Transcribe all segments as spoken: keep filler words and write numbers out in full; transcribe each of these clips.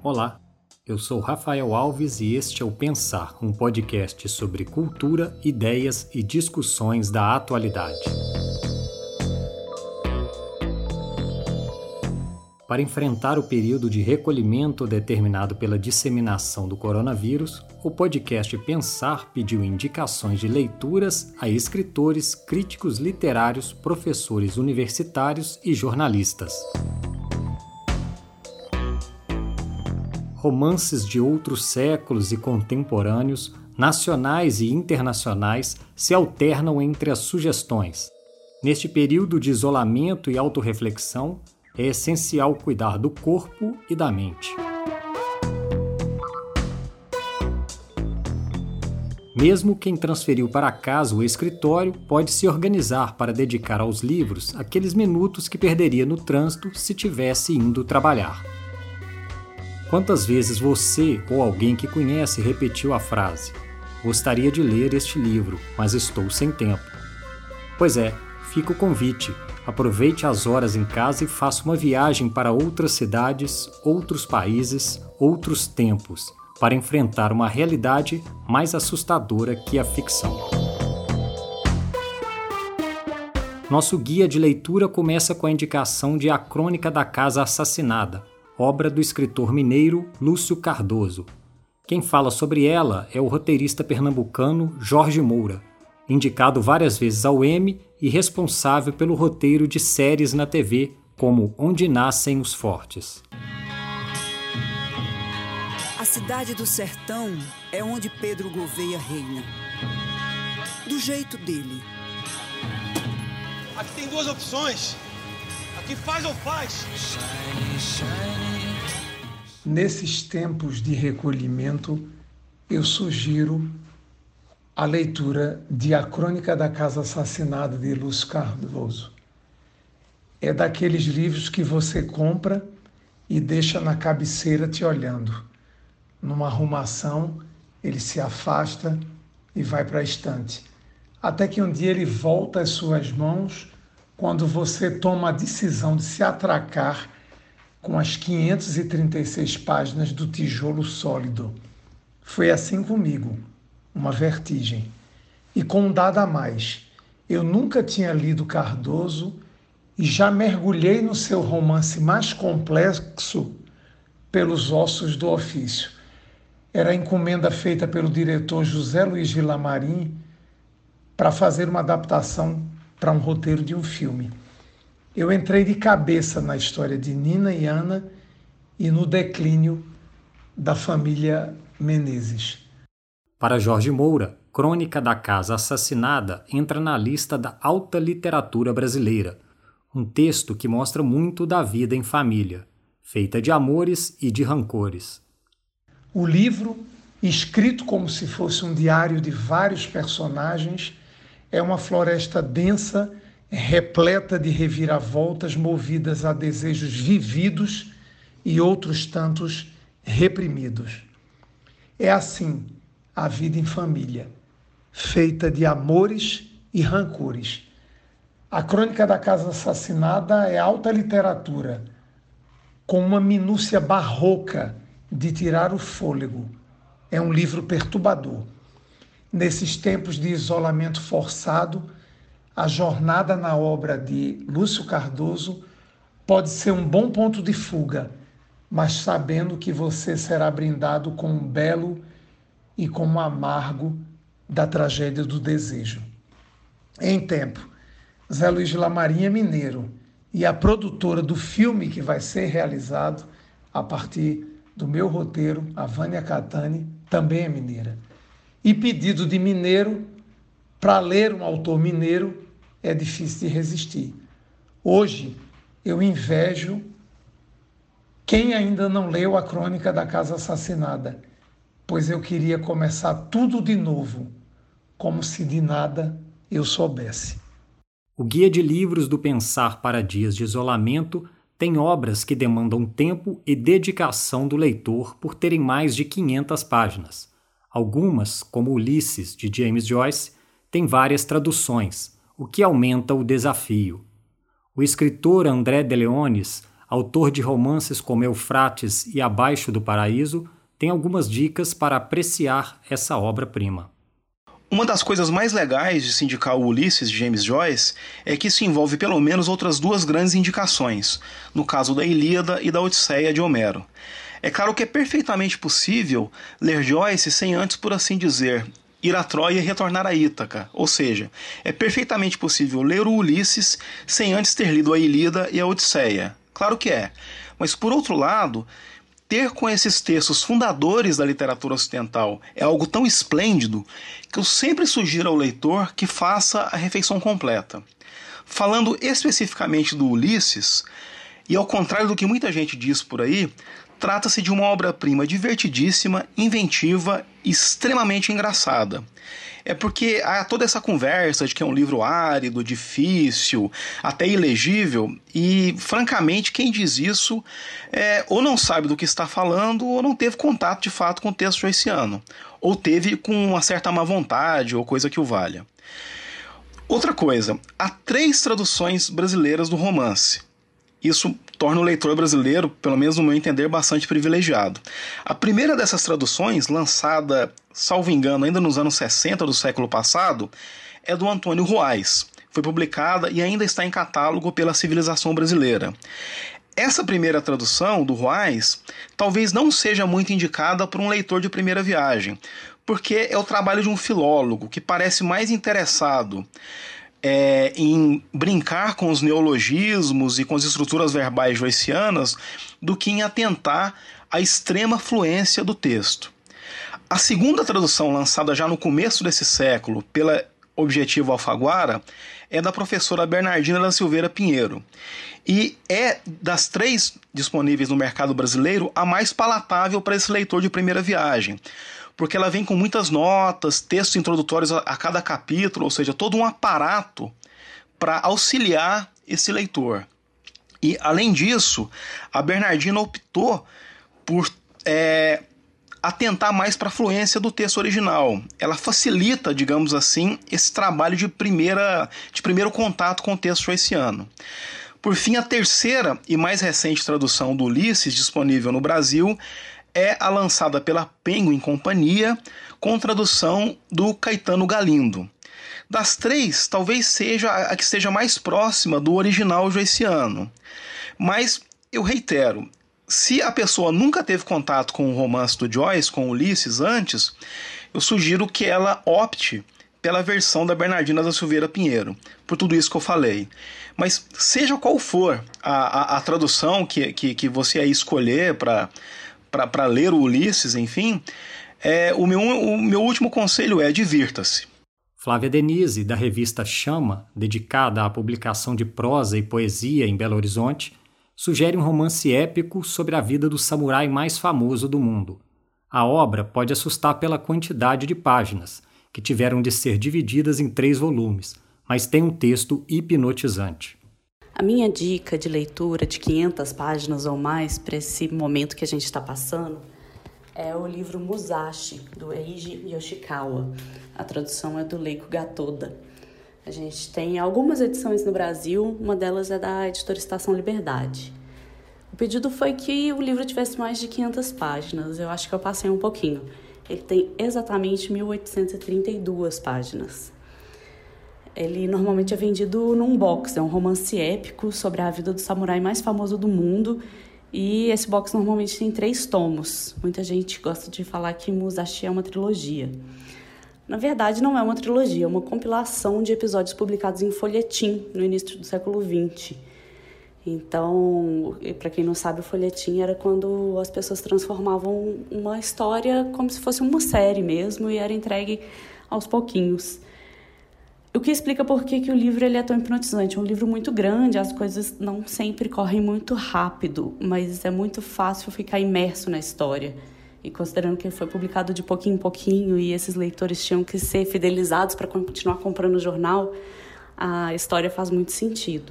Olá, eu sou Rafael Alves e este é o Pensar, um podcast sobre cultura, ideias e discussões da atualidade. Para enfrentar o período de recolhimento determinado pela disseminação do coronavírus, o podcast Pensar pediu indicações de leituras a escritores, críticos literários, professores universitários e jornalistas. Romances de outros séculos e contemporâneos, nacionais e internacionais, se alternam entre as sugestões. Neste período de isolamento e autorreflexão, é essencial cuidar do corpo e da mente. Mesmo quem transferiu para casa o escritório pode se organizar para dedicar aos livros aqueles minutos que perderia no trânsito se tivesse indo trabalhar. Quantas vezes você ou alguém que conhece repetiu a frase: "Gostaria de ler este livro, mas estou sem tempo"? Pois é, fica o convite. Aproveite as horas em casa e faça uma viagem para outras cidades, outros países, outros tempos, para enfrentar uma realidade mais assustadora que a ficção. Nosso guia de leitura começa com a indicação de A Crônica da Casa Assassinada, obra do escritor mineiro Lúcio Cardoso. Quem fala sobre ela é o roteirista pernambucano Jorge Moura, indicado várias vezes ao Emmy e responsável pelo roteiro de séries na T V, como Onde Nascem os Fortes. A cidade do sertão é onde Pedro Gouveia reina. Do jeito dele. Aqui tem duas opções. Aqui faz ou faz. Nesses tempos de recolhimento, eu sugiro a leitura de A Crônica da Casa Assassinada, de Lúcio Cardoso. É daqueles livros que você compra e deixa na cabeceira te olhando. Numa arrumação, ele se afasta e vai para a estante. Até que um dia ele volta às suas mãos quando você toma a decisão de se atracar com as quinhentas e trinta e seis páginas do Tijolo Sólido. Foi assim comigo, uma vertigem. E com um dado a mais, eu nunca tinha lido Cardoso e já mergulhei no seu romance mais complexo pelos ossos do ofício. Era a encomenda feita pelo diretor José Luiz Villamarim para fazer uma adaptação para um roteiro de um filme. Eu entrei de cabeça na história de Nina e Ana e no declínio da família Menezes. Para Jorge Moura, Crônica da Casa Assassinada entra na lista da alta literatura brasileira, um texto que mostra muito da vida em família, feita de amores e de rancores. O livro, escrito como se fosse um diário de vários personagens, é uma floresta densa, repleta de reviravoltas movidas a desejos vividos e outros tantos reprimidos. É assim a vida em família, feita de amores e rancores. A Crônica da Casa Assassinada é alta literatura, com uma minúcia barroca de tirar o fôlego. É um livro perturbador. Nesses tempos de isolamento forçado, a jornada na obra de Lúcio Cardoso pode ser um bom ponto de fuga, mas sabendo que você será brindado com um belo e com um amargo da tragédia do desejo. Em tempo, Zé Luiz Villamarim é mineiro e a produtora do filme que vai ser realizado a partir do meu roteiro, a Vânia Catani, também é mineira. E pedido de mineiro, para ler um autor mineiro, é difícil de resistir. Hoje, eu invejo quem ainda não leu A Crônica da Casa Assassinada, pois eu queria começar tudo de novo, como se de nada eu soubesse. O Guia de Livros do Pensar para Dias de Isolamento tem obras que demandam tempo e dedicação do leitor por terem mais de quinhentas páginas. Algumas, como Ulisses, de James Joyce, têm várias traduções, o que aumenta o desafio. O escritor André de Leones autor de romances como Eufrates e Abaixo do Paraíso, tem algumas dicas para apreciar essa obra-prima. Uma das coisas mais legais de se indicar o Ulisses de James Joyce é que isso envolve pelo menos outras duas grandes indicações, no caso da Ilíada e da Odisseia de Homero. É claro que é perfeitamente possível ler Joyce sem antes, por assim dizer, ir a Troia e retornar a Ítaca, ou seja, é perfeitamente possível ler o Ulisses sem antes ter lido a Ilíada e a Odisseia. Claro que é, mas por outro lado, ter com esses textos fundadores da literatura ocidental é algo tão esplêndido que eu sempre sugiro ao leitor que faça a refeição completa. Falando especificamente do Ulisses, e ao contrário do que muita gente diz por aí, trata-se de uma obra-prima divertidíssima, inventiva e extremamente engraçada. É porque há toda essa conversa de que é um livro árido, difícil, até ilegível, e, francamente, quem diz isso é, ou não sabe do que está falando ou não teve contato, de fato, com o texto joyciano, ou teve com uma certa má vontade ou coisa que o valha. Outra coisa, há três traduções brasileiras do romance. Isso torna o leitor brasileiro, pelo menos no meu entender, bastante privilegiado. A primeira dessas traduções, lançada, salvo engano, ainda nos anos sessenta do século passado, é do Antônio Ruais. Foi publicada e ainda está em catálogo pela Civilização Brasileira. Essa primeira tradução, do Ruais, talvez não seja muito indicada por um leitor de primeira viagem, porque é o trabalho de um filólogo que parece mais interessado É, em brincar com os neologismos e com as estruturas verbais joycianas do que em atentar à extrema fluência do texto. A segunda tradução, lançada já no começo desse século pela Objetivo Alfaguara, é da professora Bernardina da Silveira Pinheiro e é, das três disponíveis no mercado brasileiro, a mais palatável para esse leitor de primeira viagem, porque ela vem com muitas notas, textos introdutórios a cada capítulo, ou seja, todo um aparato para auxiliar esse leitor. E, além disso, a Bernardina optou por é, atentar mais para a fluência do texto original. Ela facilita, digamos assim, esse trabalho de, primeira, de primeiro contato com o texto joyciano. Por fim, a terceira e mais recente tradução do Ulisses, disponível no Brasil, é a lançada pela Penguin Companhia, com tradução do Caetano Galindo. Das três, talvez seja a que esteja mais próxima do original joyciano. Mas, eu reitero, se a pessoa nunca teve contato com o romance do Joyce, com Ulisses, antes, eu sugiro que ela opte pela versão da Bernardina da Silveira Pinheiro, por tudo isso que eu falei. Mas, seja qual for a, a, a tradução que, que, que você aí escolher para para ler o Ulisses, enfim, é, o, meu, o meu último conselho é: divirta-se. Flávia Denise, da revista Chama, dedicada à publicação de prosa e poesia em Belo Horizonte, sugere um romance épico sobre a vida do samurai mais famoso do mundo. A obra pode assustar pela quantidade de páginas, que tiveram de ser divididas em três volumes, mas tem um texto hipnotizante. A minha dica de leitura de quinhentas páginas ou mais para esse momento que a gente está passando é o livro Musashi, do Eiji Yoshikawa. A tradução é do Leiko Gatoda. A gente tem algumas edições no Brasil, uma delas é da editora Estação Liberdade. O pedido foi que o livro tivesse mais de quinhentas páginas, eu acho que eu passei um pouquinho. Ele tem exatamente mil oitocentas e trinta e duas páginas. Ele normalmente é vendido num box, é um romance épico sobre a vida do samurai mais famoso do mundo, e esse box normalmente tem três tomos. Muita gente gosta de falar que Musashi é uma trilogia. Na verdade, não é uma trilogia, é uma compilação de episódios publicados em folhetim no início do século vinte. Então, para quem não sabe, o folhetim era quando as pessoas transformavam uma história como se fosse uma série mesmo e era entregue aos pouquinhos. O que explica por que, que o livro ele é tão hipnotizante. É um livro muito grande, as coisas não sempre correm muito rápido, mas é muito fácil ficar imerso na história. E considerando que ele foi publicado de pouquinho em pouquinho e esses leitores tinham que ser fidelizados para continuar comprando o jornal, a história faz muito sentido.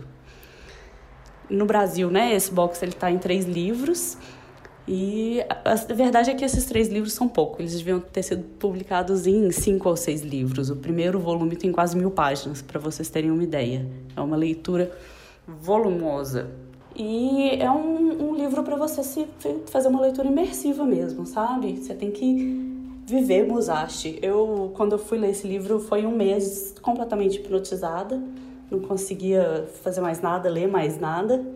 No Brasil, né, esse box está em três livros. E a verdade é que esses três livros são poucos, eles deviam ter sido publicados em cinco ou seis livros. O primeiro volume tem quase mil páginas, para vocês terem uma ideia. É uma leitura volumosa. E é um, um livro para você se, fazer uma leitura imersiva mesmo, sabe? Você tem que viver Musashi. Eu, quando eu fui ler esse livro, foi um mês completamente hipnotizada. Não conseguia fazer mais nada, ler mais nada.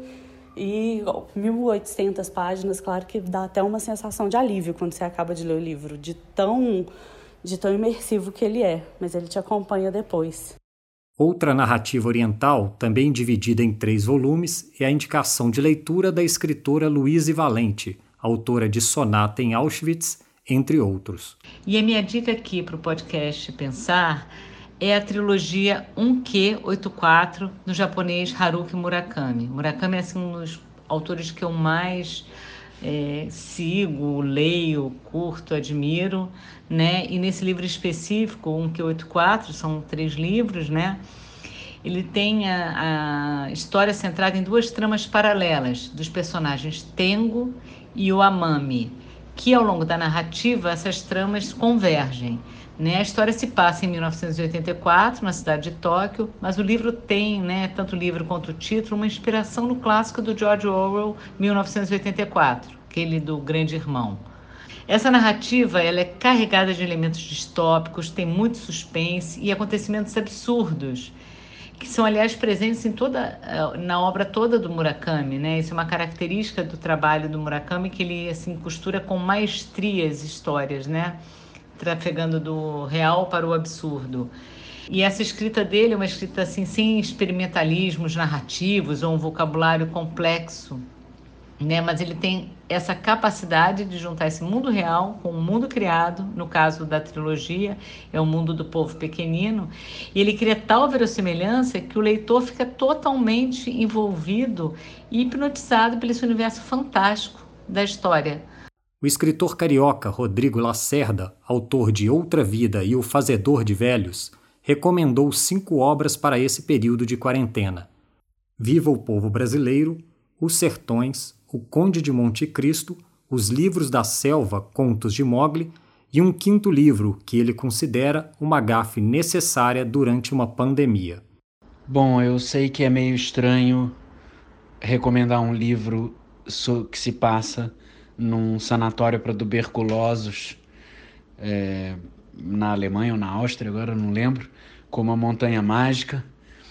E mil e oitocentas páginas, claro que dá até uma sensação de alívio quando você acaba de ler o livro, de tão, de tão imersivo que ele é. Mas ele te acompanha depois. Outra narrativa oriental, também dividida em três volumes, é a indicação de leitura da escritora Louise Valente, autora de Sonata em Auschwitz, entre outros. E a minha dica aqui para o podcast Pensar é a trilogia um Q oitenta e quatro, do japonês Haruki Murakami. Murakami é assim, um dos autores que eu mais é, sigo, leio, curto, admiro, né? E nesse livro específico, um Q oitenta e quatro, são três livros, né? Ele tem a, a história centrada em duas tramas paralelas dos personagens Tengo e o Amami, que ao longo da narrativa essas tramas convergem, né? A história se passa em mil novecentos e oitenta e quatro, na cidade de Tóquio, mas o livro tem, né, tanto o livro quanto o título, uma inspiração no clássico do George Orwell, mil novecentos e oitenta e quatro, aquele do Grande Irmão. Essa narrativa ela é carregada de elementos distópicos, tem muito suspense e acontecimentos absurdos, que são, aliás, presentes em toda, na obra toda do Murakami, né? Isso é uma característica do trabalho do Murakami, que ele assim, costura com maestria as histórias, né? Trafegando do real para o absurdo. E essa escrita dele é uma escrita assim, sem experimentalismos narrativos ou um vocabulário complexo, né? Mas ele tem essa capacidade de juntar esse mundo real com o mundo criado, no caso da trilogia, é o mundo do povo pequenino, e ele cria tal verossimilhança que o leitor fica totalmente envolvido e hipnotizado pelo esse universo fantástico da história. O escritor carioca Rodrigo Lacerda, autor de Outra Vida e O Fazedor de Velhos, recomendou cinco obras para esse período de quarentena: Viva o Povo Brasileiro, Os Sertões, O Conde de Monte Cristo, Os Livros da Selva, Contos de Mowgli e um quinto livro que ele considera uma gafe necessária durante uma pandemia. Bom, eu sei que é meio estranho recomendar um livro que se passa num sanatório para tuberculosos é, na Alemanha ou na Áustria, agora eu não lembro, como A Montanha Mágica,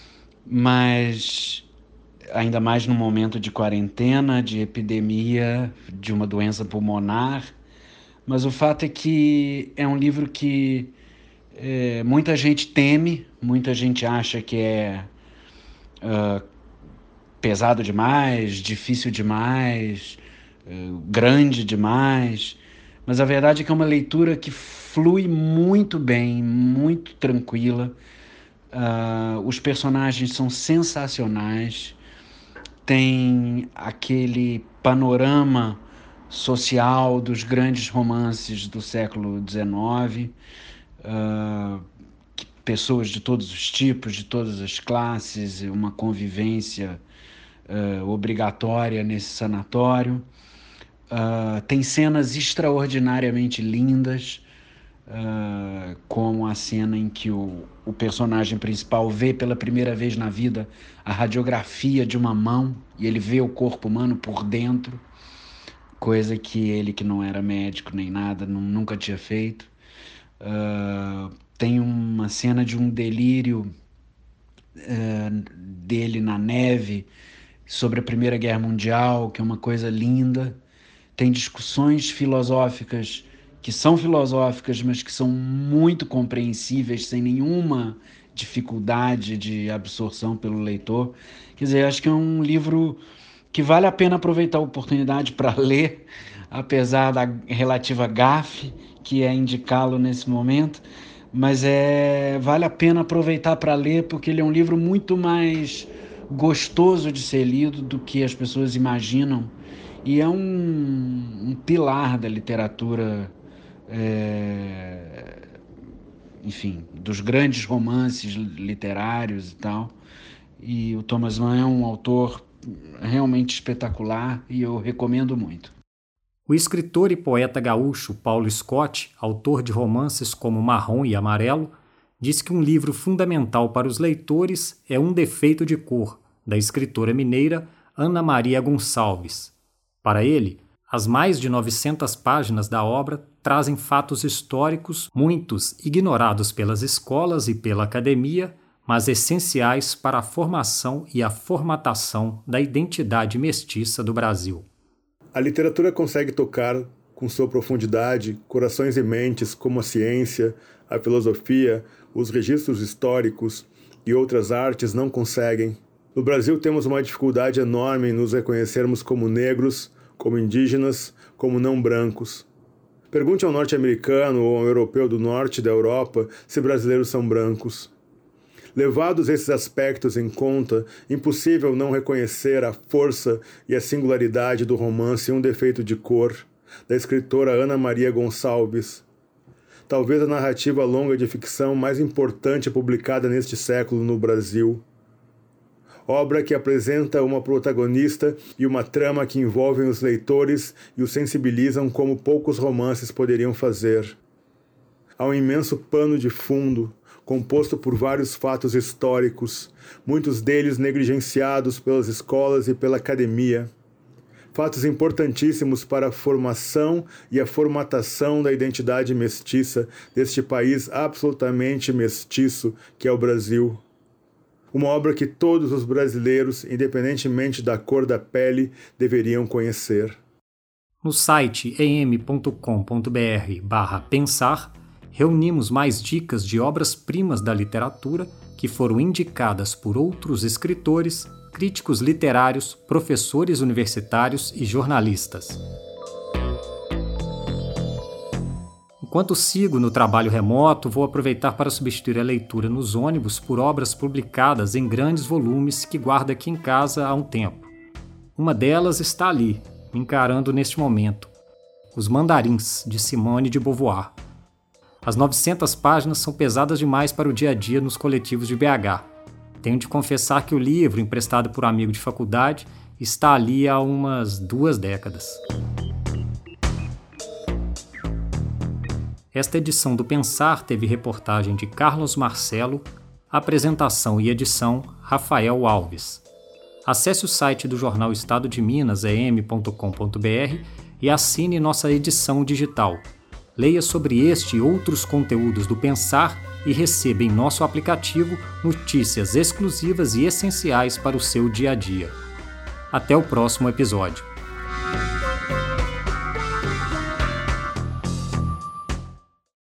mas ainda mais num momento de quarentena, de epidemia, de uma doença pulmonar. Mas o fato é que é um livro que é, muita gente teme, muita gente acha que é uh, pesado demais, difícil demais, uh, grande demais. Mas a verdade é que é uma leitura que flui muito bem, muito tranquila. Uh, os personagens são sensacionais. Tem aquele panorama social dos grandes romances do século dezenove, uh, pessoas de todos os tipos, de todas as classes, uma convivência uh, obrigatória nesse sanatório. Uh, tem cenas extraordinariamente lindas, uh, como a cena em que o, o personagem principal vê pela primeira vez na vida a radiografia de uma mão e ele vê o corpo humano por dentro, coisa que ele, que não era médico nem nada, não, nunca tinha feito. Uh, tem uma cena de um delírio uh, dele na neve sobre a Primeira Guerra Mundial, que é uma coisa linda. Tem discussões filosóficas que são filosóficas, mas que são muito compreensíveis, sem nenhuma dificuldade de absorção pelo leitor. Quer dizer, acho que é um livro que vale a pena aproveitar a oportunidade para ler, apesar da relativa gafe que é indicá-lo nesse momento, mas é, vale a pena aproveitar para ler, porque ele é um livro muito mais gostoso de ser lido do que as pessoas imaginam, e é um, um pilar da literatura, é, enfim, dos grandes romances literários e tal. E o Thomas Mann é um autor realmente espetacular e eu recomendo muito. O escritor e poeta gaúcho Paulo Scott, autor de romances como Marrom e Amarelo, diz que um livro fundamental para os leitores é Um Defeito de Cor, da escritora mineira Ana Maria Gonçalves. Para ele, as mais de novecentas páginas da obra trazem fatos históricos, muitos ignorados pelas escolas e pela academia, mas essenciais para a formação e a formatação da identidade mestiça do Brasil. A literatura consegue tocar, com sua profundidade, corações e mentes como a ciência, a filosofia, os registros históricos e outras artes não conseguem. No Brasil temos uma dificuldade enorme em nos reconhecermos como negros, como indígenas, como não brancos. Pergunte ao norte-americano ou ao europeu do norte da Europa se brasileiros são brancos. Levados esses aspectos em conta, impossível não reconhecer a força e a singularidade do romance Um Defeito de Cor, da escritora Ana Maria Gonçalves. Talvez a narrativa longa de ficção mais importante publicada neste século no Brasil. Obra que apresenta uma protagonista e uma trama que envolvem os leitores e os sensibilizam como poucos romances poderiam fazer. Há um imenso pano de fundo, composto por vários fatos históricos, muitos deles negligenciados pelas escolas e pela academia. Fatos importantíssimos para a formação e a formatação da identidade mestiça deste país absolutamente mestiço que é o Brasil. Uma obra que todos os brasileiros, independentemente da cor da pele, deveriam conhecer. No site e m ponto com ponto b r barra pensar, reunimos mais dicas de obras-primas da literatura que foram indicadas por outros escritores, críticos literários, professores universitários e jornalistas. Enquanto sigo no trabalho remoto, vou aproveitar para substituir a leitura nos ônibus por obras publicadas em grandes volumes que guardo aqui em casa há um tempo. Uma delas está ali, me encarando neste momento. Os Mandarins, de Simone de Beauvoir. As novecentas páginas são pesadas demais para o dia a dia nos coletivos de B H. Tenho de confessar que o livro, emprestado por um amigo de faculdade, está ali há umas duas décadas. Esta edição do Pensar teve reportagem de Carlos Marcelo, apresentação e edição Rafael Alves. Acesse o site do jornal Estado de Minas, e m ponto com ponto b r, e assine nossa edição digital. Leia sobre este e outros conteúdos do Pensar e receba em nosso aplicativo notícias exclusivas e essenciais para o seu dia a dia. Até o próximo episódio.